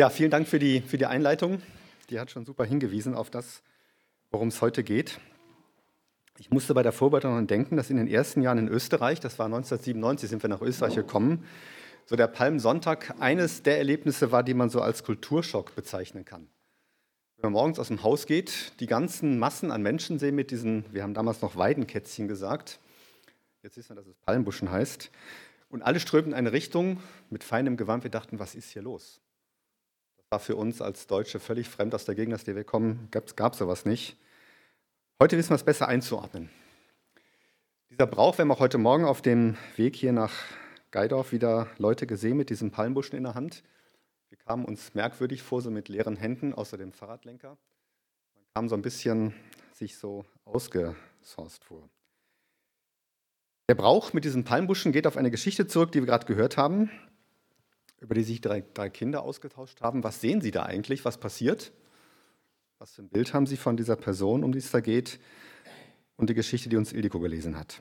Ja, vielen Dank für die Einleitung. Die hat schon super hingewiesen auf das, worum es heute geht. Ich musste bei der Vorbereitung daran denken, dass in den ersten Jahren in Österreich, das war 1997, sind wir nach Österreich gekommen, so der Palmsonntag eines der Erlebnisse war, die man so als Kulturschock bezeichnen kann. Wenn man morgens aus dem Haus geht, die ganzen Massen an Menschen sehen mit diesen, wir haben damals noch Weidenkätzchen gesagt, jetzt wissen wir, dass es Palmbuschen heißt, und alle strömten in eine Richtung mit feinem Gewand. Wir dachten, was ist hier los? War für uns als Deutsche völlig fremd aus der Gegend, aus der wir kommen, gab sowas nicht. Heute wissen wir es besser einzuordnen. Dieser Brauch, wir haben auch heute Morgen auf dem Weg hier nach Gaidorf wieder Leute gesehen mit diesen Palmbuschen in der Hand. Wir kamen uns merkwürdig vor, so mit leeren Händen, außer dem Fahrradlenker. Man kam so ein bisschen sich so ausgesourced vor. Der Brauch mit diesen Palmbuschen geht auf eine Geschichte zurück, die wir gerade gehört haben, über die sich drei Kinder ausgetauscht haben. Was sehen Sie da eigentlich? Was passiert? Was für ein Bild haben Sie von dieser Person, um die es da geht? Und die Geschichte, die uns Ildiko gelesen hat.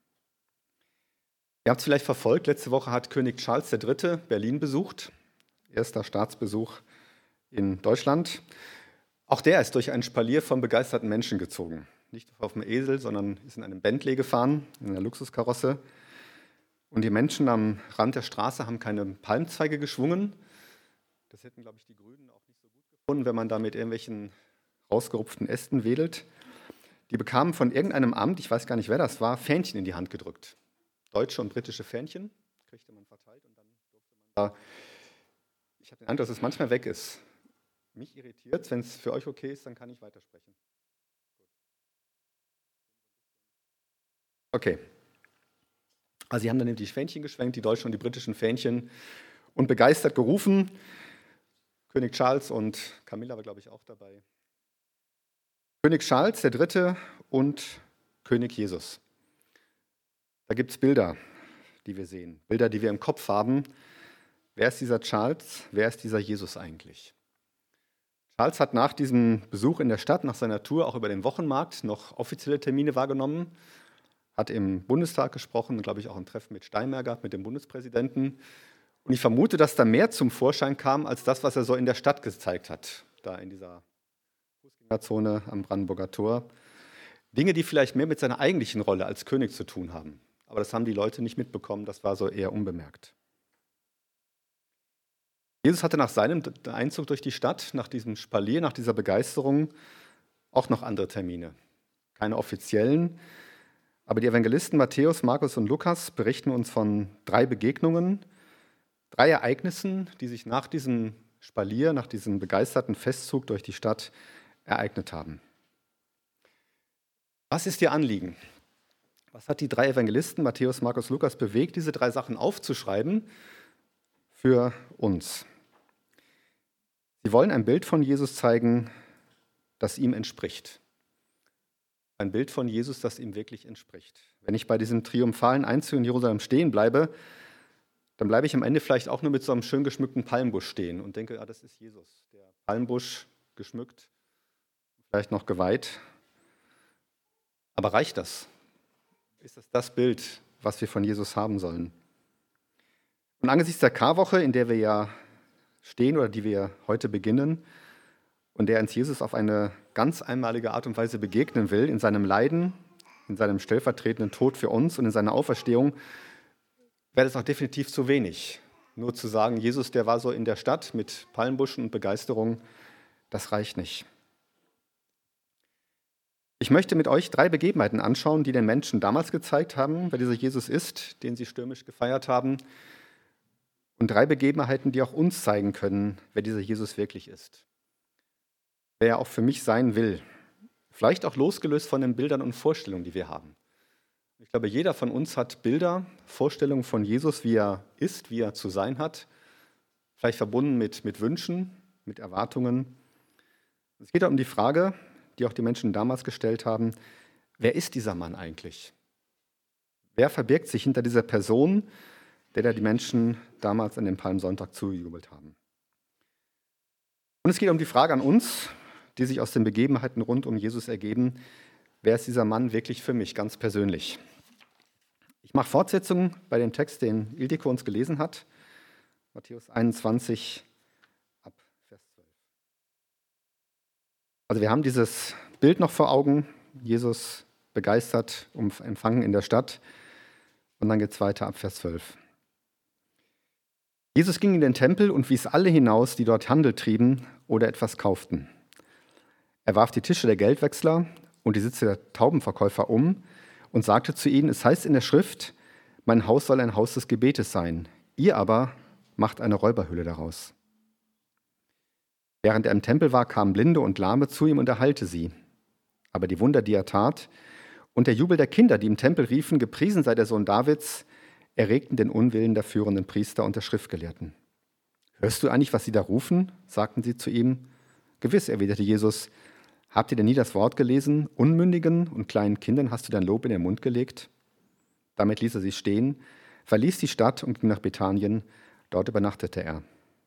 Ihr habt es vielleicht verfolgt, letzte Woche hat König Charles III. Berlin besucht. Erster Staatsbesuch in Deutschland. Auch der ist durch ein Spalier von begeisterten Menschen gezogen. Nicht auf einem Esel, sondern ist in einem Bentley gefahren, in einer Luxuskarosse. Und die Menschen am Rand der Straße haben keine Palmzweige geschwungen. Das hätten, glaube ich, die Grünen auch nicht so gut gefunden, wenn man da mit irgendwelchen rausgerupften Ästen wedelt. Die bekamen von irgendeinem Amt, ich weiß gar nicht, wer das war, Fähnchen in die Hand gedrückt. Deutsche und britische Fähnchen kriegte man verteilt und dann durfte man da. Ich habe den Eindruck, dass es manchmal weg ist. Mich irritiert, wenn es für euch okay ist, dann kann ich weitersprechen. Okay. Also sie haben dann eben die Fähnchen geschwenkt, die deutschen und die britischen Fähnchen, und begeistert gerufen. König Charles und Camilla war, glaube ich, auch dabei. König Charles, der Dritte, und König Jesus. Da gibt es Bilder, die wir sehen, Bilder, die wir im Kopf haben. Wer ist dieser Charles? Wer ist dieser Jesus eigentlich? Charles hat nach diesem Besuch in der Stadt, nach seiner Tour, auch über den Wochenmarkt, noch offizielle Termine wahrgenommen, hat im Bundestag gesprochen, glaube ich, auch ein Treffen mit Steinmeier gehabt, mit dem Bundespräsidenten. Und ich vermute, dass da mehr zum Vorschein kam, als das, was er so in der Stadt gezeigt hat, da in dieser Fußgängerzone am Brandenburger Tor. Dinge, die vielleicht mehr mit seiner eigentlichen Rolle als König zu tun haben. Aber das haben die Leute nicht mitbekommen, das war so eher unbemerkt. Jesus hatte nach seinem Einzug durch die Stadt, nach diesem Spalier, nach dieser Begeisterung auch noch andere Termine. Keine offiziellen, aber die Evangelisten Matthäus, Markus und Lukas berichten uns von 3 Begegnungen, 3 Ereignissen, die sich nach diesem Spalier, nach diesem begeisterten Festzug durch die Stadt ereignet haben. Was ist Ihr Anliegen? Was hat die 3 Evangelisten, Matthäus, Markus, Lukas, bewegt, diese 3 Sachen aufzuschreiben für uns? Sie wollen ein Bild von Jesus zeigen, das ihm entspricht. Ein Bild von Jesus, das ihm wirklich entspricht. Wenn ich bei diesem triumphalen Einzug in Jerusalem stehen bleibe, dann bleibe ich am Ende vielleicht auch nur mit so einem schön geschmückten Palmbusch stehen und denke, das ist Jesus. Der Palmbusch geschmückt, vielleicht noch geweiht. Aber reicht das? Ist das Bild, was wir von Jesus haben sollen? Und angesichts der Karwoche, in der wir ja stehen oder die wir heute beginnen und der uns Jesus auf eine ganz einmalige Art und Weise begegnen will, in seinem Leiden, in seinem stellvertretenden Tod für uns und in seiner Auferstehung, wäre das auch definitiv zu wenig. Nur zu sagen, Jesus, der war so in der Stadt mit Palmbuschen und Begeisterung, das reicht nicht. Ich möchte mit euch 3 Begebenheiten anschauen, die den Menschen damals gezeigt haben, wer dieser Jesus ist, den sie stürmisch gefeiert haben. Und 3 Begebenheiten, die auch uns zeigen können, wer dieser Jesus wirklich ist. Wer er auch für mich sein will. Vielleicht auch losgelöst von den Bildern und Vorstellungen, die wir haben. Ich glaube, jeder von uns hat Bilder, Vorstellungen von Jesus, wie er ist, wie er zu sein hat. Vielleicht verbunden mit Wünschen, mit Erwartungen. Es geht um die Frage, die auch die Menschen damals gestellt haben, wer ist dieser Mann eigentlich? Wer verbirgt sich hinter dieser Person, der die Menschen damals an dem Palmsonntag zujubelt haben? Und es geht um die Frage an uns, die sich aus den Begebenheiten rund um Jesus ergeben, wer ist dieser Mann wirklich für mich, ganz persönlich? Ich mache Fortsetzungen bei dem Text, den Ildiko uns gelesen hat, Matthäus 21, ab Vers 12. Also wir haben dieses Bild noch vor Augen, Jesus begeistert, empfangen in der Stadt. Und dann geht es weiter ab Vers 12. Jesus ging in den Tempel und wies alle hinaus, die dort Handel trieben oder etwas kauften. Er warf die Tische der Geldwechsler und die Sitze der Taubenverkäufer um und sagte zu ihnen, es heißt in der Schrift, mein Haus soll ein Haus des Gebetes sein, ihr aber macht eine Räuberhöhle daraus. Während er im Tempel war, kamen Blinde und Lahme zu ihm und er heilte sie. Aber die Wunder, die er tat, und der Jubel der Kinder, die im Tempel riefen, gepriesen sei der Sohn Davids, erregten den Unwillen der führenden Priester und der Schriftgelehrten. Hörst du eigentlich, was sie da rufen? Sagten sie zu ihm. Gewiss, erwiderte Jesus. Habt ihr denn nie das Wort gelesen? Unmündigen und kleinen Kindern hast du dein Lob in den Mund gelegt? Damit ließ er sie stehen, verließ die Stadt und ging nach Bethanien. Dort übernachtete er.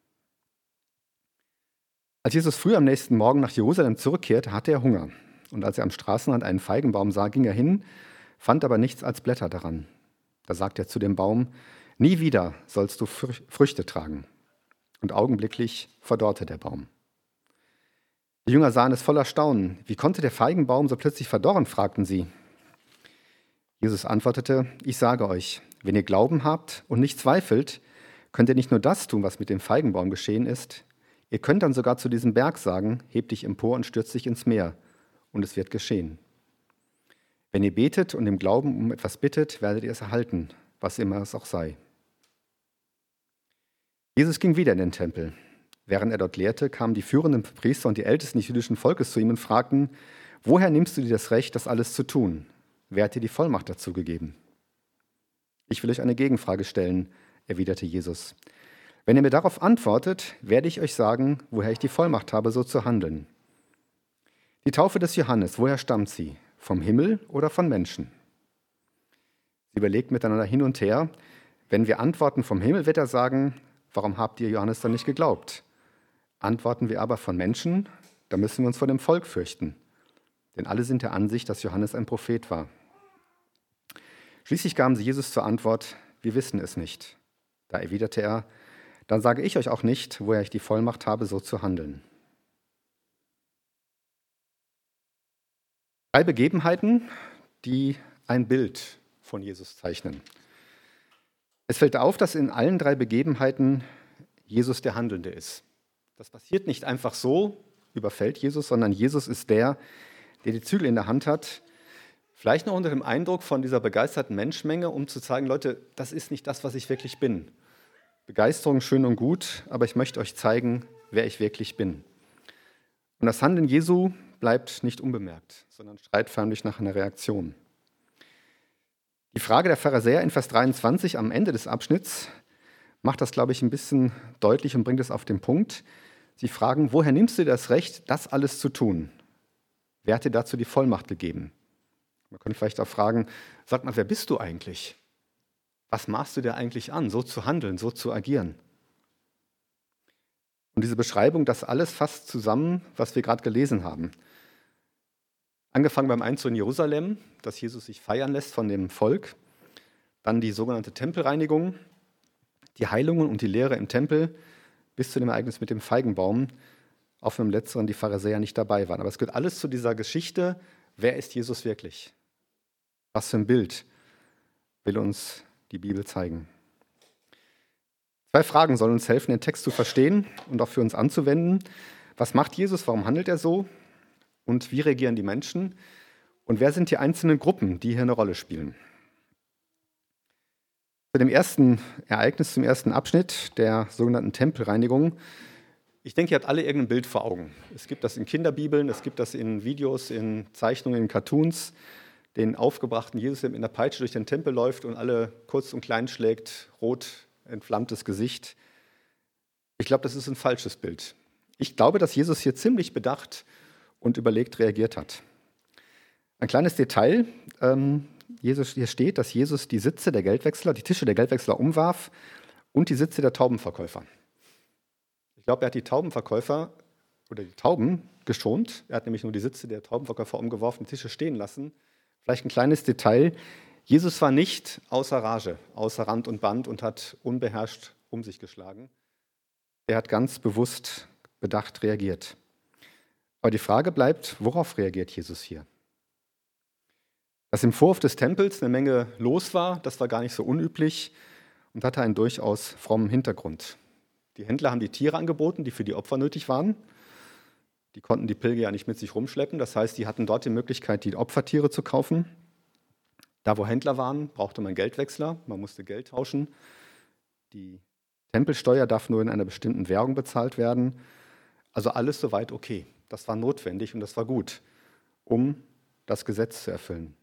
Als Jesus früh am nächsten Morgen nach Jerusalem zurückkehrte, hatte er Hunger. Und als er am Straßenrand einen Feigenbaum sah, ging er hin, fand aber nichts als Blätter daran. Da sagte er zu dem Baum, nie wieder sollst du Früchte tragen. Und augenblicklich verdorrte der Baum. Die Jünger sahen es voller Staunen. Wie konnte der Feigenbaum so plötzlich verdorren, fragten sie. Jesus antwortete, ich sage euch, wenn ihr Glauben habt und nicht zweifelt, könnt ihr nicht nur das tun, was mit dem Feigenbaum geschehen ist, ihr könnt dann sogar zu diesem Berg sagen, heb dich empor und stürz dich ins Meer, und es wird geschehen. Wenn ihr betet und im Glauben um etwas bittet, werdet ihr es erhalten, was immer es auch sei. Jesus ging wieder in den Tempel. Während er dort lehrte, kamen die führenden Priester und die Ältesten des jüdischen Volkes zu ihm und fragten, woher nimmst du dir das Recht, das alles zu tun? Wer hat dir die Vollmacht dazu gegeben? Ich will euch eine Gegenfrage stellen, erwiderte Jesus. Wenn ihr mir darauf antwortet, werde ich euch sagen, woher ich die Vollmacht habe, so zu handeln. Die Taufe des Johannes, woher stammt sie? Vom Himmel oder von Menschen? Sie überlegt miteinander hin und her. Wenn wir antworten vom Himmel, wird er sagen, warum habt ihr Johannes dann nicht geglaubt? Antworten wir aber von Menschen, dann müssen wir uns vor dem Volk fürchten. Denn alle sind der Ansicht, dass Johannes ein Prophet war. Schließlich gaben sie Jesus zur Antwort, wir wissen es nicht. Da erwiderte er, dann sage ich euch auch nicht, woher ich die Vollmacht habe, so zu handeln. 3 Begebenheiten, die ein Bild von Jesus zeichnen. Es fällt auf, dass in allen 3 Begebenheiten Jesus der Handelnde ist. Das passiert nicht einfach so, überfällt Jesus, sondern Jesus ist der die Zügel in der Hand hat. Vielleicht noch unter dem Eindruck von dieser begeisterten Menschenmenge, um zu zeigen, Leute, das ist nicht das, was ich wirklich bin. Begeisterung schön und gut, aber ich möchte euch zeigen, wer ich wirklich bin. Und das Handeln Jesu bleibt nicht unbemerkt, sondern schreit förmlich nach einer Reaktion. Die Frage der Pharisäer in Vers 23 am Ende des Abschnitts macht das, glaube ich, ein bisschen deutlich und bringt es auf den Punkt. Sie fragen, woher nimmst du das Recht, das alles zu tun? Wer hat dir dazu die Vollmacht gegeben? Man könnte vielleicht auch fragen, sag mal, wer bist du eigentlich? Was maßt du dir eigentlich an, so zu handeln, so zu agieren? Und diese Beschreibung, das alles fasst zusammen, was wir gerade gelesen haben. Angefangen beim Einzug in Jerusalem, dass Jesus sich feiern lässt von dem Volk, dann die sogenannte Tempelreinigung, die Heilungen und die Lehre im Tempel, bis zu dem Ereignis mit dem Feigenbaum, auf dem letzteren die Pharisäer nicht dabei waren. Aber es gehört alles zu dieser Geschichte, wer ist Jesus wirklich? Was für ein Bild will uns die Bibel zeigen? 2 Fragen sollen uns helfen, den Text zu verstehen und auch für uns anzuwenden. Was macht Jesus? Warum handelt er so? Und wie reagieren die Menschen? Und wer sind die einzelnen Gruppen, die hier eine Rolle spielen? Zu dem ersten Ereignis, zum ersten Abschnitt der sogenannten Tempelreinigung. Ich denke, ihr habt alle irgendein Bild vor Augen. Es gibt das in Kinderbibeln, es gibt das in Videos, in Zeichnungen, in Cartoons, den aufgebrachten Jesus, der mit einer Peitsche durch den Tempel läuft und alle kurz und klein schlägt, rot entflammtes Gesicht. Ich glaube, das ist ein falsches Bild. Ich glaube, dass Jesus hier ziemlich bedacht und überlegt reagiert hat. Ein kleines Detail, hier steht, dass Jesus die Sitze der Geldwechsler, die Tische der Geldwechsler umwarf und die Sitze der Taubenverkäufer. Ich glaube, er hat die Taubenverkäufer oder die Tauben geschont. Er hat nämlich nur die Sitze der Taubenverkäufer umgeworfen, die Tische stehen lassen. Vielleicht ein kleines Detail. Jesus war nicht außer Rage, außer Rand und Band und hat unbeherrscht um sich geschlagen. Er hat ganz bewusst bedacht reagiert. Aber die Frage bleibt, worauf reagiert Jesus hier? Dass im Vorhof des Tempels eine Menge los war, das war gar nicht so unüblich und hatte einen durchaus frommen Hintergrund. Die Händler haben die Tiere angeboten, die für die Opfer nötig waren. Die konnten die Pilger ja nicht mit sich rumschleppen. Das heißt, die hatten dort die Möglichkeit, die Opfertiere zu kaufen. Da, wo Händler waren, brauchte man Geldwechsler. Man musste Geld tauschen. Die Tempelsteuer darf nur in einer bestimmten Währung bezahlt werden. Also alles soweit okay. Das war notwendig und das war gut, um das Gesetz zu erfüllen.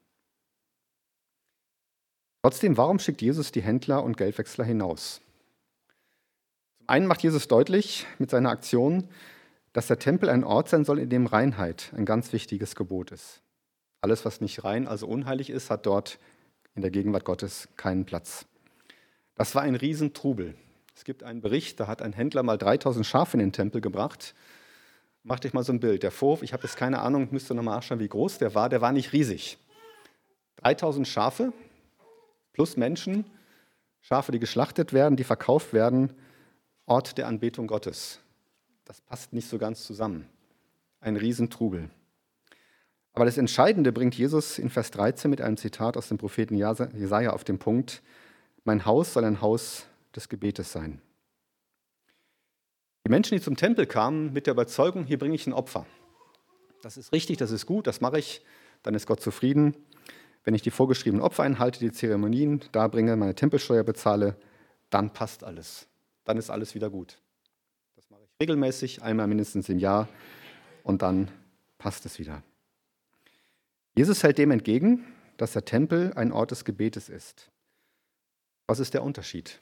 Trotzdem, warum schickt Jesus die Händler und Geldwechsler hinaus? Zum einen macht Jesus deutlich mit seiner Aktion, dass der Tempel ein Ort sein soll, in dem Reinheit ein ganz wichtiges Gebot ist. Alles, was nicht rein, also unheilig ist, hat dort in der Gegenwart Gottes keinen Platz. Das war ein Riesentrubel. Es gibt einen Bericht, da hat ein Händler mal 3000 Schafe in den Tempel gebracht. Macht euch mal so ein Bild. Der Vorhof, ich habe jetzt keine Ahnung, müsst ihr nochmal nachschauen, wie groß der war nicht riesig. 3000 Schafe plus Menschen, Schafe, die geschlachtet werden, die verkauft werden, Ort der Anbetung Gottes. Das passt nicht so ganz zusammen. Ein Riesentrubel. Aber das Entscheidende bringt Jesus in Vers 13 mit einem Zitat aus dem Propheten Jesaja auf den Punkt: Mein Haus soll ein Haus des Gebetes sein. Die Menschen, die zum Tempel kamen, mit der Überzeugung, hier bringe ich ein Opfer. Das ist richtig, das ist gut, das mache ich, dann ist Gott zufrieden. Wenn ich die vorgeschriebenen Opfer einhalte, die Zeremonien darbringe, meine Tempelsteuer bezahle, dann passt alles. Dann ist alles wieder gut. Das mache ich regelmäßig, einmal mindestens im Jahr und dann passt es wieder. Jesus hält dem entgegen, dass der Tempel ein Ort des Gebetes ist. Was ist der Unterschied?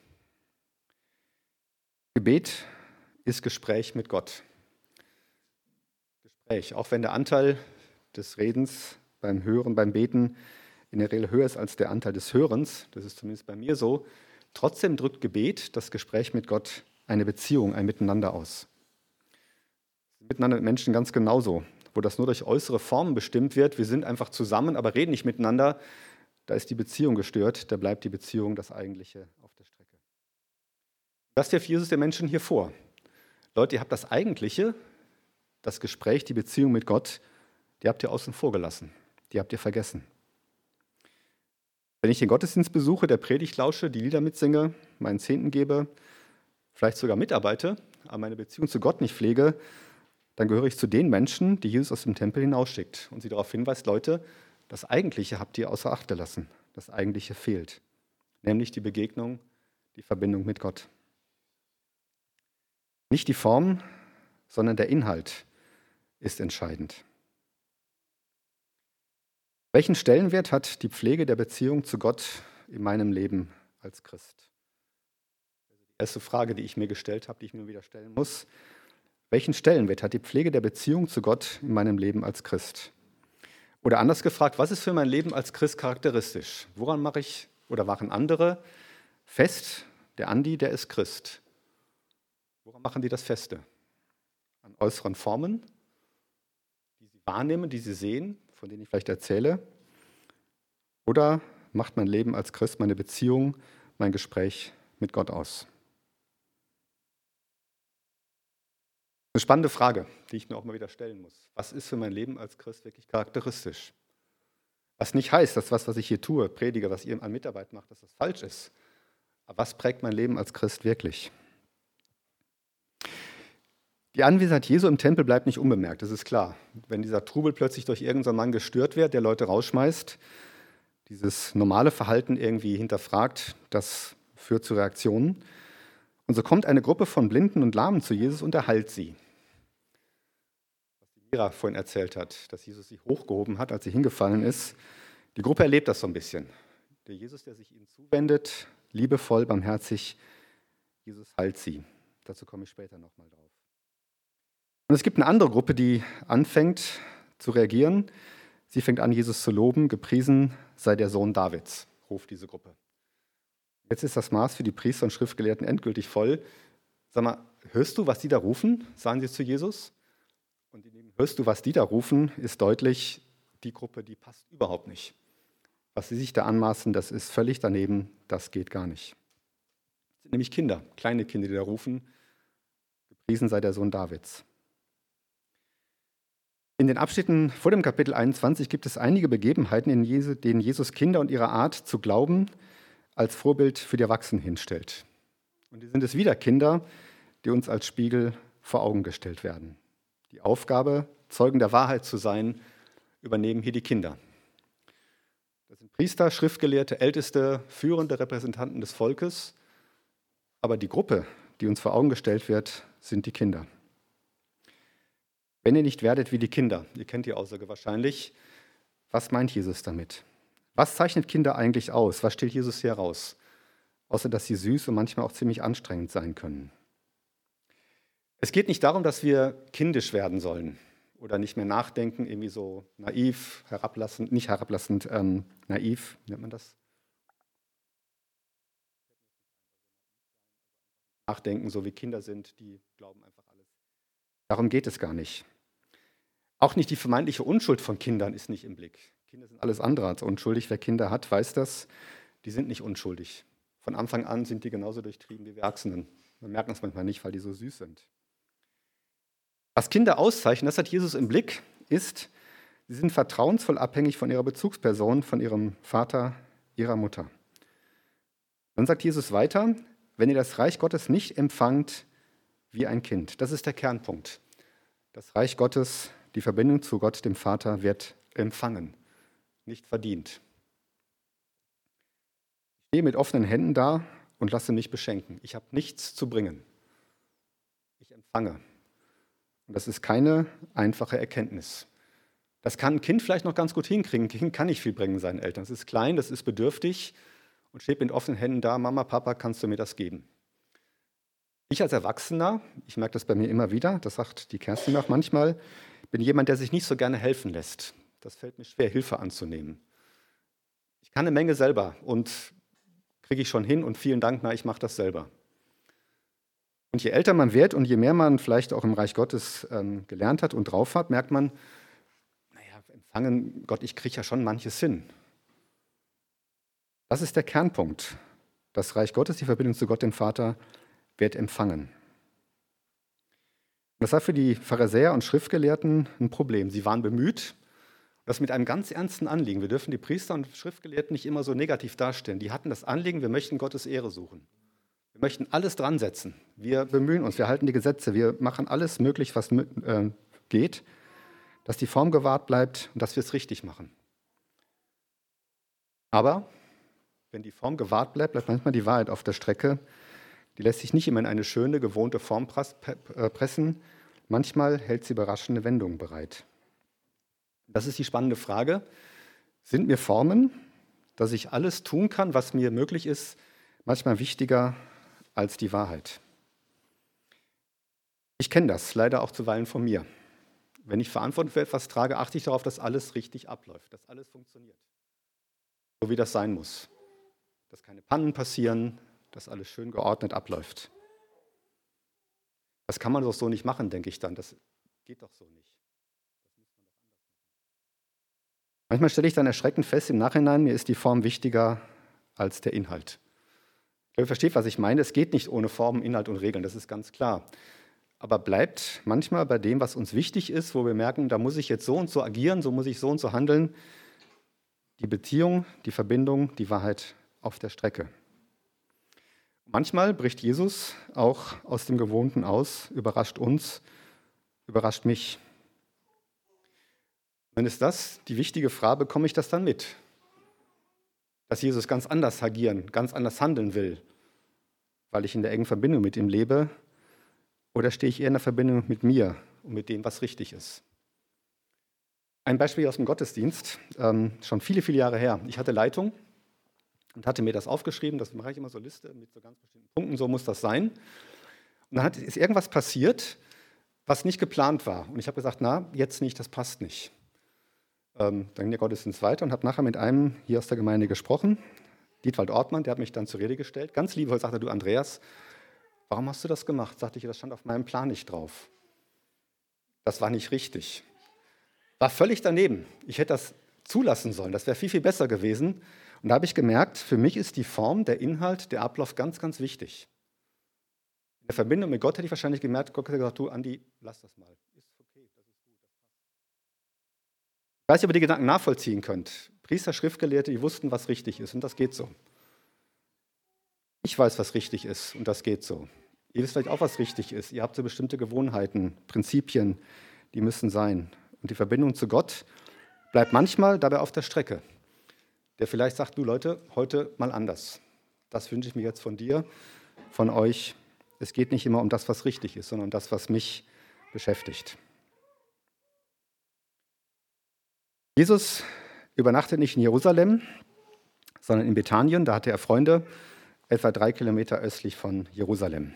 Gebet ist Gespräch mit Gott. Gespräch, auch wenn der Anteil des Redens beim Hören, beim Beten in der Regel höher ist als der Anteil des Hörens, das ist zumindest bei mir so, trotzdem drückt Gebet, das Gespräch mit Gott, eine Beziehung, ein Miteinander aus. Miteinander mit Menschen ganz genauso, wo das nur durch äußere Formen bestimmt wird. Wir sind einfach zusammen, aber reden nicht miteinander. Da ist die Beziehung gestört, da bleibt die Beziehung das Eigentliche auf der Strecke. Was wirft Jesus den Menschen hier vor? Leute, ihr habt das Eigentliche, das Gespräch, die Beziehung mit Gott, die habt ihr außen vor gelassen. Die habt ihr vergessen. Wenn ich den Gottesdienst besuche, der Predigt lausche, die Lieder mitsinge, meinen Zehnten gebe, vielleicht sogar mitarbeite, aber meine Beziehung zu Gott nicht pflege, dann gehöre ich zu den Menschen, die Jesus aus dem Tempel hinausschickt und sie darauf hinweist: Leute, das Eigentliche habt ihr außer Acht gelassen. Das Eigentliche fehlt, nämlich die Begegnung, die Verbindung mit Gott. Nicht die Form, sondern der Inhalt ist entscheidend. Welchen Stellenwert hat die Pflege der Beziehung zu Gott in meinem Leben als Christ? Die erste Frage, die ich mir gestellt habe, die ich mir wieder stellen muss: Welchen Stellenwert hat die Pflege der Beziehung zu Gott in meinem Leben als Christ? Oder anders gefragt, was ist für mein Leben als Christ charakteristisch? Woran mache ich oder machen andere fest, der Andi, der ist Christ? Woran machen die das feste? An äußeren Formen, die sie wahrnehmen, die sie sehen, von denen ich vielleicht erzähle? Oder macht mein Leben als Christ, meine Beziehung, mein Gespräch mit Gott aus? Eine spannende Frage, die ich mir auch mal wieder stellen muss. Was ist für mein Leben als Christ wirklich charakteristisch? Was nicht heißt, dass was ich hier tue, predige, was ihr an Mitarbeit macht, dass das falsch ist. Aber was prägt mein Leben als Christ wirklich? Die Anwesenheit Jesu im Tempel bleibt nicht unbemerkt, das ist klar. Wenn dieser Trubel plötzlich durch irgendeinen Mann gestört wird, der Leute rausschmeißt, dieses normale Verhalten irgendwie hinterfragt, das führt zu Reaktionen. Und so kommt eine Gruppe von Blinden und Lahmen zu Jesus und er heilt sie. Was die Mira vorhin erzählt hat, dass Jesus sie hochgehoben hat, als sie hingefallen ist. Die Gruppe erlebt das so ein bisschen. Der Jesus, der sich ihnen zuwendet, liebevoll, barmherzig, Jesus heilt sie. Dazu komme ich später nochmal drauf. Und es gibt eine andere Gruppe, die anfängt zu reagieren. Sie fängt an, Jesus zu loben. Gepriesen sei der Sohn Davids, ruft diese Gruppe. Jetzt ist das Maß für die Priester und Schriftgelehrten endgültig voll. Sag mal, hörst du, was die da rufen? Sagen sie zu Jesus. Und in dem hörst du, was die da rufen, ist deutlich, die Gruppe, die passt überhaupt nicht. Was sie sich da anmaßen, das ist völlig daneben, das geht gar nicht. Das sind nämlich Kinder, kleine Kinder, die da rufen. Gepriesen sei der Sohn Davids. In den Abschnitten vor dem Kapitel 21 gibt es einige Begebenheiten, in denen Jesus Kinder und ihre Art zu glauben als Vorbild für die Erwachsenen hinstellt. Und die sind es wieder Kinder, die uns als Spiegel vor Augen gestellt werden. Die Aufgabe, Zeugen der Wahrheit zu sein, übernehmen hier die Kinder. Das sind Priester, Schriftgelehrte, Älteste, führende Repräsentanten des Volkes. Aber die Gruppe, die uns vor Augen gestellt wird, sind die Kinder. Wenn ihr nicht werdet wie die Kinder, ihr kennt die Aussage wahrscheinlich, was meint Jesus damit? Was zeichnet Kinder eigentlich aus? Was stellt Jesus hier heraus? Außer dass sie süß und manchmal auch ziemlich anstrengend sein können. Es geht nicht darum, dass wir kindisch werden sollen oder nicht mehr nachdenken, irgendwie so naiv, herablassend, nicht herablassend, naiv, nennt man das? Nachdenken, so wie Kinder sind, die glauben einfach alles. Darum geht es gar nicht. Auch nicht die vermeintliche Unschuld von Kindern ist nicht im Blick. Kinder sind alles andere als unschuldig. Wer Kinder hat, weiß das. Die sind nicht unschuldig. Von Anfang an sind die genauso durchtrieben wie wir Erwachsenen. Wir merken es manchmal nicht, weil die so süß sind. Was Kinder auszeichnet, das hat Jesus im Blick, ist, sie sind vertrauensvoll abhängig von ihrer Bezugsperson, von ihrem Vater, ihrer Mutter. Dann sagt Jesus weiter, wenn ihr das Reich Gottes nicht empfangt wie ein Kind. Das ist der Kernpunkt. Das Reich Gottes, die Verbindung zu Gott, dem Vater, wird empfangen, nicht verdient. Ich stehe mit offenen Händen da und lasse mich beschenken. Ich habe nichts zu bringen. Ich empfange. Und das ist keine einfache Erkenntnis. Das kann ein Kind vielleicht noch ganz gut hinkriegen. Ein Kind kann nicht viel bringen seinen Eltern. Es ist klein, das ist bedürftig und steht mit offenen Händen da. Mama, Papa, kannst du mir das geben? Ich als Erwachsener, ich merke das bei mir immer wieder, das sagt die Kerstin auch manchmal, bin jemand, der sich nicht so gerne helfen lässt. Das fällt mir schwer, Hilfe anzunehmen. Ich kann eine Menge selber und kriege ich schon hin und vielen Dank, ich mache das selber. Und je älter man wird und je mehr man vielleicht auch im Reich Gottes gelernt hat und drauf hat, merkt man, empfangen, Gott, ich kriege ja schon manches hin. Das ist der Kernpunkt. Das Reich Gottes, die Verbindung zu Gott, dem Vater, wird empfangen. Das war für die Pharisäer und Schriftgelehrten ein Problem. Sie waren bemüht, das mit einem ganz ernsten Anliegen. Wir dürfen die Priester und Schriftgelehrten nicht immer so negativ darstellen. Die hatten das Anliegen, wir möchten Gottes Ehre suchen. Wir möchten alles dran setzen. Wir bemühen uns, wir halten die Gesetze, wir machen alles möglich, was geht, dass die Form gewahrt bleibt und dass wir es richtig machen. Aber wenn die Form gewahrt bleibt, bleibt manchmal die Wahrheit auf der Strecke. Die lässt sich nicht immer in eine schöne, gewohnte Form pressen. Manchmal hält sie überraschende Wendungen bereit. Das ist die spannende Frage. Sind mir Formen, dass ich alles tun kann, was mir möglich ist, manchmal wichtiger als die Wahrheit? Ich kenne das leider auch zuweilen von mir. Wenn ich Verantwortung für etwas trage, achte ich darauf, dass alles richtig abläuft, dass alles funktioniert. So wie das sein muss. Dass keine Pannen passieren, dass alles schön geordnet abläuft. Das kann man doch so nicht machen, denke ich dann. Das geht doch so nicht. Das muss man doch anders machen. Manchmal stelle ich dann erschreckend fest im Nachhinein, mir ist die Form wichtiger als der Inhalt. Ich glaube, ihr versteht, was ich meine. Es geht nicht ohne Form, Inhalt und Regeln, das ist ganz klar. Aber bleibt manchmal bei dem, was uns wichtig ist, wo wir merken, da muss ich jetzt so und so agieren, so muss ich so und so handeln, die Beziehung, die Verbindung, die Wahrheit auf der Strecke. Manchmal bricht Jesus auch aus dem Gewohnten aus, überrascht uns, überrascht mich. Wenn es das, die wichtige Frage, bekomme ich das dann mit? Dass Jesus ganz anders agieren, ganz anders handeln will, weil ich in der engen Verbindung mit ihm lebe, oder stehe ich eher in der Verbindung mit mir und mit dem, was richtig ist? Ein Beispiel aus dem Gottesdienst, schon viele, viele Jahre her. Ich hatte Leitung und hatte mir das aufgeschrieben, das mache ich immer so Liste mit so ganz bestimmten Punkten, so muss das sein. Und dann ist irgendwas passiert, was nicht geplant war. Und ich habe gesagt, jetzt nicht, das passt nicht. Dann ging der Gottesdienst weiter und habe nachher mit einem hier aus der Gemeinde gesprochen, Dietwald Ortmann, der hat mich dann zur Rede gestellt. Ganz liebevoll sagte er, du Andreas, warum hast du das gemacht? Sagte ich, das stand auf meinem Plan nicht drauf. Das war nicht richtig. War völlig daneben. Ich hätte das zulassen sollen. Das wäre viel, viel besser gewesen. Und da habe ich gemerkt, für mich ist die Form, der Inhalt, der Ablauf ganz, ganz wichtig. In der Verbindung mit Gott hätte ich wahrscheinlich gemerkt, Gott hätte gesagt, du Andi, lass das mal. Ist okay, das ist gut, das passt. weiß nicht, ob ihr die Gedanken nachvollziehen könnt. Priester, Schriftgelehrte, die wussten, was richtig ist und das geht so. Ich weiß, was richtig ist und das geht so. Ihr wisst vielleicht auch, was richtig ist. Ihr habt so bestimmte Gewohnheiten, Prinzipien, die müssen sein. Und die Verbindung zu Gott bleibt manchmal dabei auf der Strecke. Der vielleicht sagt, du Leute, heute mal anders. Das wünsche ich mir jetzt von dir, von euch. Es geht nicht immer um das, was richtig ist, sondern um das, was mich beschäftigt. Jesus übernachtet nicht in Jerusalem, sondern in Bethanien. Da hatte er Freunde, etwa 3 Kilometer östlich von Jerusalem.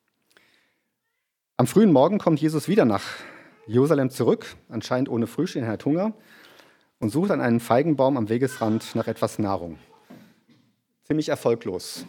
Am frühen Morgen kommt Jesus wieder nach Jerusalem zurück, anscheinend ohne Frühstück, er hat Hunger, und sucht an einem Feigenbaum am Wegesrand nach etwas Nahrung. Ziemlich erfolglos.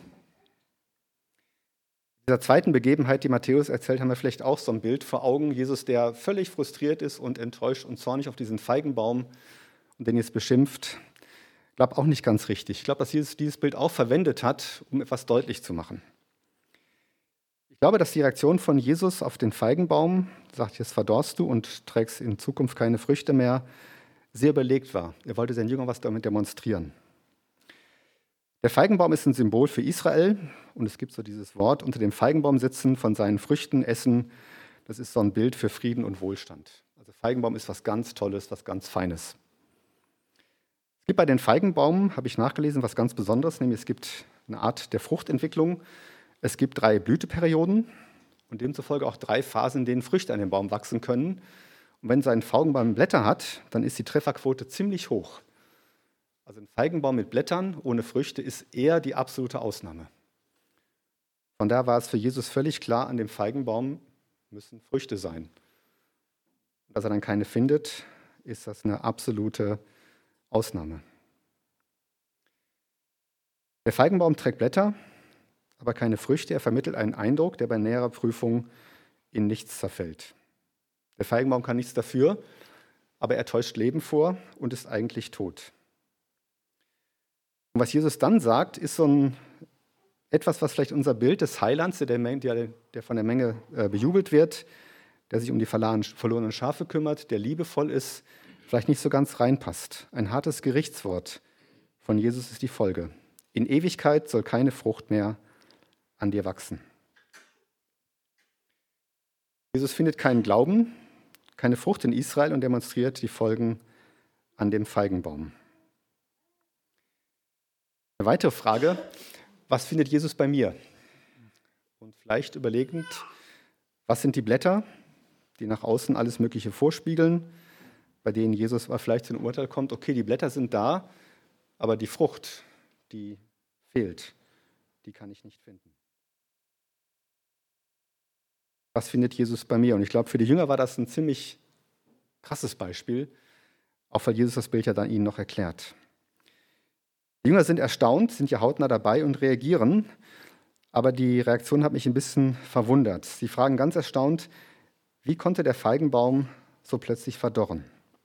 In dieser zweiten Begebenheit, die Matthäus erzählt, haben wir vielleicht auch so ein Bild vor Augen. Jesus, der völlig frustriert ist und enttäuscht und zornig auf diesen Feigenbaum und den jetzt beschimpft. Ich glaube auch nicht ganz richtig. Ich glaube, dass Jesus dieses Bild auch verwendet hat, um etwas deutlich zu machen. Ich glaube, dass die Reaktion von Jesus auf den Feigenbaum, sagt, jetzt verdorrst du und trägst in Zukunft keine Früchte mehr, sehr überlegt war. Er wollte seinen Jüngern was damit demonstrieren. Der Feigenbaum ist ein Symbol für Israel und es gibt so dieses Wort, unter dem Feigenbaum sitzen, von seinen Früchten essen. Das ist so ein Bild für Frieden und Wohlstand. Also Feigenbaum ist was ganz Tolles, was ganz Feines. Es gibt bei den Feigenbaum, habe ich nachgelesen, was ganz Besonderes, nämlich es gibt eine Art der Fruchtentwicklung. Es gibt 3 Blüteperioden und demzufolge auch 3 Phasen, in denen Früchte an dem Baum wachsen können. Und wenn so ein Feigenbaum Blätter hat, dann ist die Trefferquote ziemlich hoch. Also ein Feigenbaum mit Blättern ohne Früchte ist eher die absolute Ausnahme. Von daher war es für Jesus völlig klar, an dem Feigenbaum müssen Früchte sein. Und dass er dann keine findet, ist das eine absolute Ausnahme. Der Feigenbaum trägt Blätter, aber keine Früchte. Er vermittelt einen Eindruck, der bei näherer Prüfung in nichts zerfällt. Der Feigenbaum kann nichts dafür, aber er täuscht Leben vor und ist eigentlich tot. Und was Jesus dann sagt, ist so etwas, was vielleicht unser Bild des Heilands, der von der Menge bejubelt wird, der sich um die verlorenen Schafe kümmert, der liebevoll ist, vielleicht nicht so ganz reinpasst. Ein hartes Gerichtswort von Jesus ist die Folge. In Ewigkeit soll keine Frucht mehr an dir wachsen. Jesus findet keinen Glauben, keine Frucht in Israel und demonstriert die Folgen an dem Feigenbaum. Eine weitere Frage, was findet Jesus bei mir? Und vielleicht überlegend, was sind die Blätter, die nach außen alles Mögliche vorspiegeln, bei denen Jesus vielleicht zu einem Urteil kommt, okay, die Blätter sind da, aber die Frucht, die fehlt, die kann ich nicht finden. Was findet Jesus bei mir? Und ich glaube, für die Jünger war das ein ziemlich krasses Beispiel, auch weil Jesus das Bild ja dann ihnen noch erklärt. Die Jünger sind erstaunt, sind ja hautnah dabei und reagieren, aber die Reaktion hat mich ein bisschen verwundert. Sie fragen ganz erstaunt, wie konnte der Feigenbaum so plötzlich verdorren?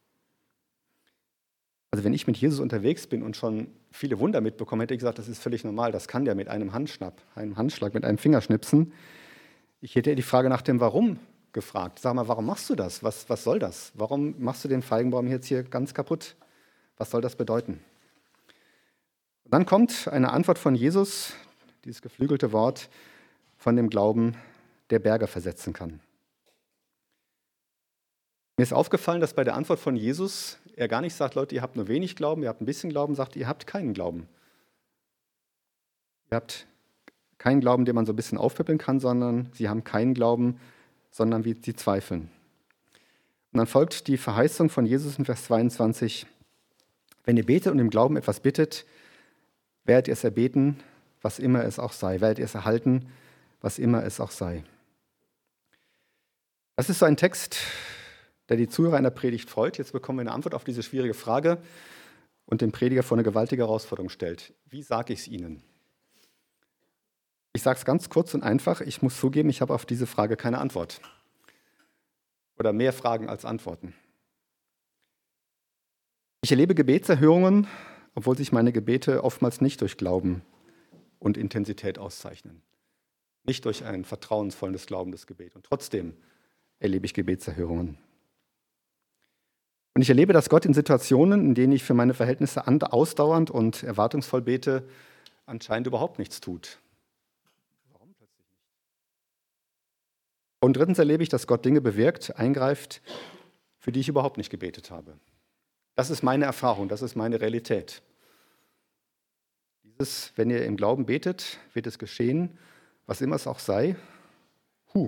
Also wenn ich mit Jesus unterwegs bin und schon viele Wunder mitbekomme, hätte ich gesagt, das ist völlig normal, das kann der mit einem Handschlag, mit einem Fingerschnipsen. Ich hätte die Frage nach dem Warum gefragt. Sag mal, warum machst du das? Was soll das? Warum machst du den Feigenbaum jetzt hier ganz kaputt? Was soll das bedeuten? Und dann kommt eine Antwort von Jesus, dieses geflügelte Wort von dem Glauben, der Berge versetzen kann. Mir ist aufgefallen, dass bei der Antwort von Jesus er gar nicht sagt, Leute, ihr habt nur wenig Glauben, ihr habt ein bisschen Glauben, sagt, ihr habt keinen Glauben. Ihr habt keinen Glauben, den man so ein bisschen aufpäppeln kann, sondern sie haben keinen Glauben, sondern sie zweifeln. Und dann folgt die Verheißung von Jesus in Vers 22, wenn ihr betet und im Glauben etwas bittet, werdet ihr es erbeten, was immer es auch sei. Werdet ihr es erhalten, was immer es auch sei. Das ist so ein Text, der die Zuhörer in der Predigt freut. Jetzt bekommen wir eine Antwort auf diese schwierige Frage und den Prediger vor eine gewaltige Herausforderung stellt. Wie sage ich es Ihnen? Ich sage es ganz kurz und einfach. Ich muss zugeben, ich habe auf diese Frage keine Antwort. Oder mehr Fragen als Antworten. Ich erlebe Gebetserhörungen, obwohl sich meine Gebete oftmals nicht durch Glauben und Intensität auszeichnen. Nicht durch ein vertrauensvolles, glaubendes Gebet. Und trotzdem erlebe ich Gebetserhörungen. Und ich erlebe, dass Gott in Situationen, in denen ich für meine Verhältnisse ausdauernd und erwartungsvoll bete, anscheinend überhaupt nichts tut. Warum plötzlich nicht? Und drittens erlebe ich, dass Gott Dinge bewirkt, eingreift, für die ich überhaupt nicht gebetet habe. Das ist meine Erfahrung, das ist meine Realität. Wenn ihr im Glauben betet, wird es geschehen, was immer es auch sei. Viele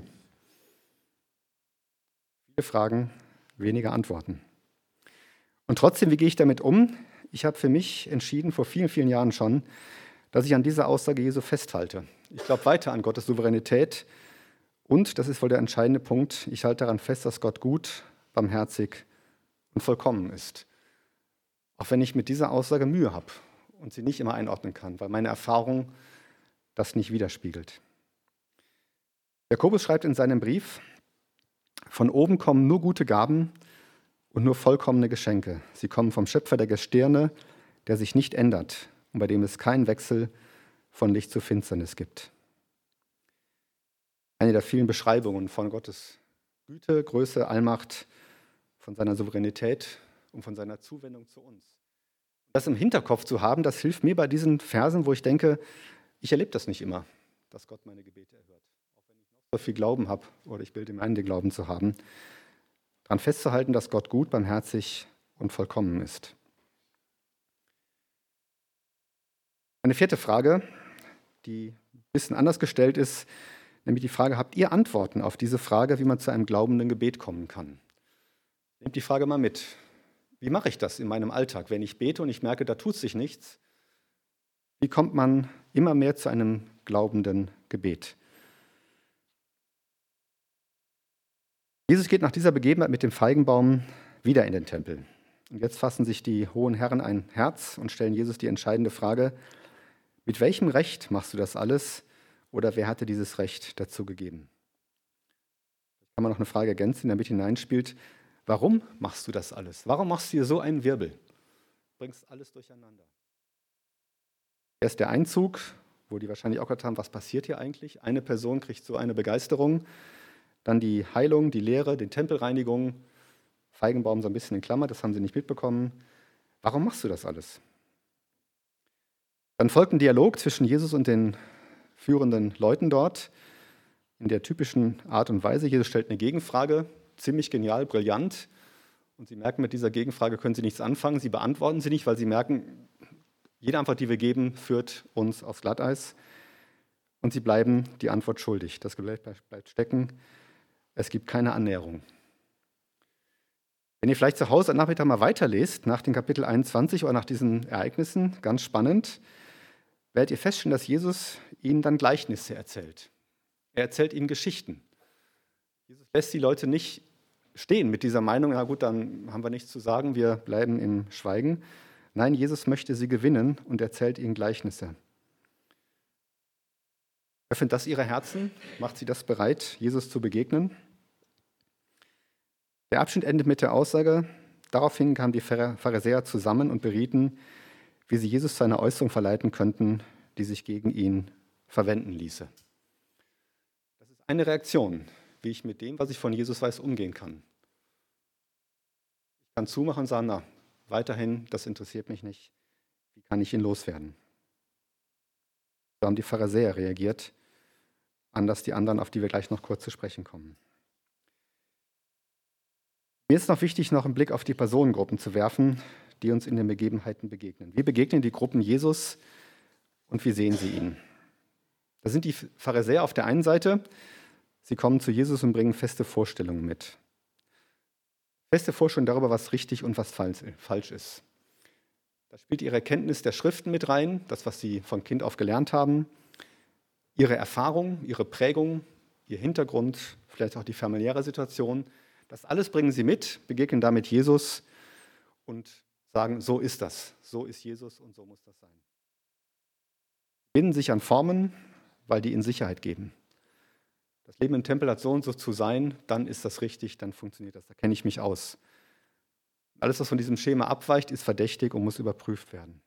Fragen, weniger Antworten. Und trotzdem, wie gehe ich damit um? Ich habe für mich entschieden, vor vielen, vielen Jahren schon, dass ich an dieser Aussage Jesu festhalte. Ich glaube weiter an Gottes Souveränität und, das ist wohl der entscheidende Punkt, ich halte daran fest, dass Gott gut, barmherzig und vollkommen ist. Auch wenn ich mit dieser Aussage Mühe habe und sie nicht immer einordnen kann, weil meine Erfahrung das nicht widerspiegelt. Jakobus schreibt in seinem Brief, von oben kommen nur gute Gaben und nur vollkommene Geschenke. Sie kommen vom Schöpfer der Gestirne, der sich nicht ändert und bei dem es keinen Wechsel von Licht zu Finsternis gibt. Eine der vielen Beschreibungen von Gottes Güte, Größe, Allmacht, von seiner Souveränität und von seiner Zuwendung zu uns. Das im Hinterkopf zu haben, das hilft mir bei diesen Versen, wo ich denke, ich erlebe das nicht immer, dass Gott meine Gebete erhört. Auch wenn ich noch so viel Glauben habe oder ich bilde mir ein, den Glauben zu haben. Daran festzuhalten, dass Gott gut, barmherzig und vollkommen ist. Eine vierte Frage, die ein bisschen anders gestellt ist, nämlich die Frage, habt ihr Antworten auf diese Frage, wie man zu einem glaubenden Gebet kommen kann? Nehmt die Frage mal mit. Wie mache ich das in meinem Alltag, wenn ich bete und ich merke, da tut sich nichts? Wie kommt man immer mehr zu einem glaubenden Gebet? Jesus geht nach dieser Begebenheit mit dem Feigenbaum wieder in den Tempel. Und jetzt fassen sich die hohen Herren ein Herz und stellen Jesus die entscheidende Frage, mit welchem Recht machst du das alles oder wer hatte dieses Recht dazu gegeben? Jetzt kann man noch eine Frage ergänzen, die damit hineinspielt. Warum machst du das alles? Warum machst du hier so einen Wirbel? Bringst alles durcheinander. Erst der Einzug, wo die wahrscheinlich auch gedacht haben, was passiert hier eigentlich? Eine Person kriegt so eine Begeisterung. Dann die Heilung, die Lehre, die Tempelreinigung. Feigenbaum so ein bisschen in Klammer, das haben sie nicht mitbekommen. Warum machst du das alles? Dann folgt ein Dialog zwischen Jesus und den führenden Leuten dort. In der typischen Art und Weise. Jesus stellt eine Gegenfrage. Ziemlich genial, brillant. Und sie merken, mit dieser Gegenfrage können sie nichts anfangen. Sie beantworten sie nicht, weil sie merken, jede Antwort, die wir geben, führt uns aufs Glatteis. Und sie bleiben die Antwort schuldig. Das Gebet bleibt stecken. Es gibt keine Annäherung. Wenn ihr vielleicht zu Hause am Nachmittag mal weiterlest, nach dem Kapitel 21 oder nach diesen Ereignissen, ganz spannend, werdet ihr feststellen, dass Jesus ihnen dann Gleichnisse erzählt. Er erzählt ihnen Geschichten. Jesus lässt die Leute nicht stehen mit dieser Meinung, na gut, dann haben wir nichts zu sagen, wir bleiben im Schweigen. Nein, Jesus möchte sie gewinnen und erzählt ihnen Gleichnisse. Öffnet das ihre Herzen? Macht sie das bereit, Jesus zu begegnen? Der Abschnitt endet mit der Aussage, daraufhin kamen die Pharisäer zusammen und berieten, wie sie Jesus zu einer Äußerung verleiten könnten, die sich gegen ihn verwenden ließe. Das ist eine Reaktion, wie ich mit dem, was ich von Jesus weiß, umgehen kann. Ich kann zumachen und sagen, na, weiterhin, das interessiert mich nicht. Wie kann ich ihn loswerden? So haben die Pharisäer reagiert, anders die anderen, auf die wir gleich noch kurz zu sprechen kommen. Mir ist noch wichtig, noch einen Blick auf die Personengruppen zu werfen, die uns in den Begebenheiten begegnen. Wie begegnen die Gruppen Jesus und wie sehen sie ihn? Da sind die Pharisäer auf der einen Seite, sie kommen zu Jesus und bringen feste Vorstellungen mit. Feste Vorstellungen darüber, was richtig und was falsch ist. Da spielt ihre Kenntnis der Schriften mit rein, das, was sie von Kind auf gelernt haben, ihre Erfahrung, ihre Prägung, ihr Hintergrund, vielleicht auch die familiäre Situation. Das alles bringen sie mit, begegnen damit Jesus und sagen, so ist das, so ist Jesus und so muss das sein. Binden sich an Formen, weil die ihnen Sicherheit geben. Das Leben im Tempel hat so und so zu sein, dann ist das richtig, dann funktioniert das, da kenne ich mich aus. Alles, was von diesem Schema abweicht, ist verdächtig und muss überprüft werden.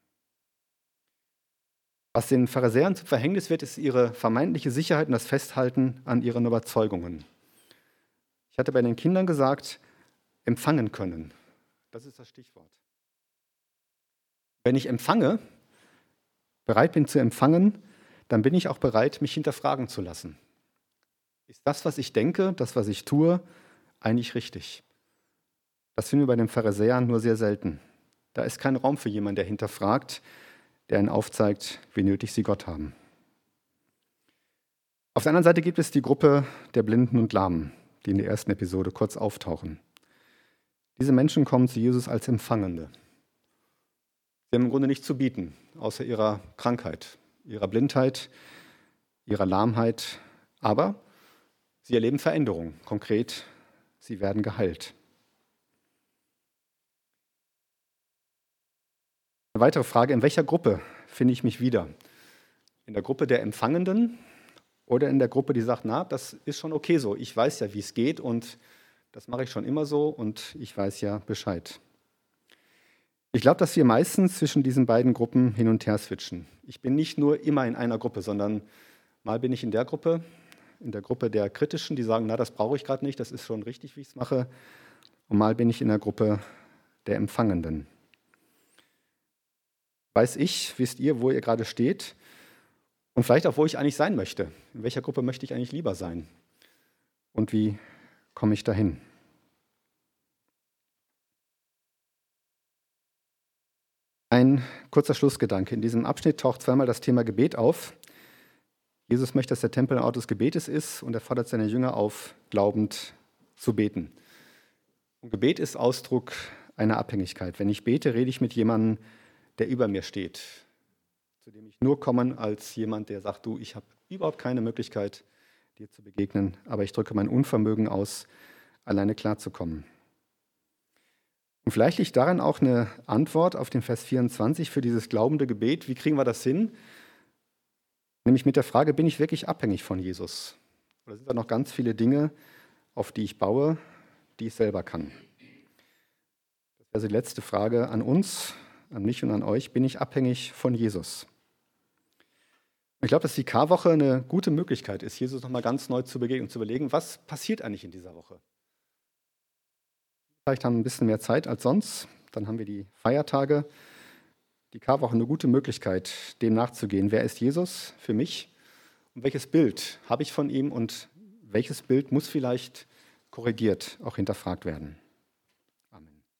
Was den Pharisäern zum Verhängnis wird, ist ihre vermeintliche Sicherheit und das Festhalten an ihren Überzeugungen. Ich hatte bei den Kindern gesagt, empfangen können. Das ist das Stichwort. Wenn ich empfange, bereit bin zu empfangen, dann bin ich auch bereit, mich hinterfragen zu lassen. Ist das, was ich denke, das, was ich tue, eigentlich richtig? Das finden wir bei den Pharisäern nur sehr selten. Da ist kein Raum für jemanden, der hinterfragt, der ihnen aufzeigt, wie nötig sie Gott haben. Auf der anderen Seite gibt es die Gruppe der Blinden und Lahmen, die in der ersten Episode kurz auftauchen. Diese Menschen kommen zu Jesus als Empfangende. Sie haben im Grunde nichts zu bieten, außer ihrer Krankheit, ihrer Blindheit, ihrer Lahmheit. Aber sie erleben Veränderung. Konkret, sie werden geheilt. Eine weitere Frage, in welcher Gruppe finde ich mich wieder? In der Gruppe der Empfangenden oder in der Gruppe, die sagt, na, das ist schon okay so. Ich weiß ja, wie es geht und das mache ich schon immer so und ich weiß ja Bescheid. Ich glaube, dass wir meistens zwischen diesen beiden Gruppen hin und her switchen. Ich bin nicht nur immer in einer Gruppe, sondern mal bin ich in der Gruppe der Kritischen, die sagen, na, das brauche ich gerade nicht, das ist schon richtig, wie ich es mache. Und mal bin ich in der Gruppe der Empfangenden. Wisst ihr, wo ihr gerade steht und vielleicht auch, wo ich eigentlich sein möchte. In welcher Gruppe möchte ich eigentlich lieber sein? Und wie komme ich dahin? Ein kurzer Schlussgedanke. In diesem Abschnitt taucht zweimal das Thema Gebet auf. Jesus möchte, dass der Tempel ein Ort des Gebetes ist und er fordert seine Jünger auf, glaubend zu beten. Und Gebet ist Ausdruck einer Abhängigkeit. Wenn ich bete, rede ich mit jemandem, der über mir steht, zu dem ich nur komme als jemand, der sagt, du, ich habe überhaupt keine Möglichkeit, dir zu begegnen, aber ich drücke mein Unvermögen aus, alleine klarzukommen. Und vielleicht liegt daran auch eine Antwort auf den Vers 24 für dieses glaubende Gebet. Wie kriegen wir das hin? Nämlich mit der Frage, bin ich wirklich abhängig von Jesus? Oder sind da noch ganz viele Dinge, auf die ich baue, die ich selber kann? Das wäre also die letzte Frage an uns, an mich und an euch. Bin ich abhängig von Jesus? Ich glaube, dass die Karwoche eine gute Möglichkeit ist, Jesus nochmal ganz neu zu begegnen und zu überlegen, was passiert eigentlich in dieser Woche? Vielleicht haben wir ein bisschen mehr Zeit als sonst. Dann haben wir die Feiertage. Die Karwoche eine gute Möglichkeit, dem nachzugehen. Wer ist Jesus für mich? Und welches Bild habe ich von ihm? Und welches Bild muss vielleicht korrigiert, auch hinterfragt werden?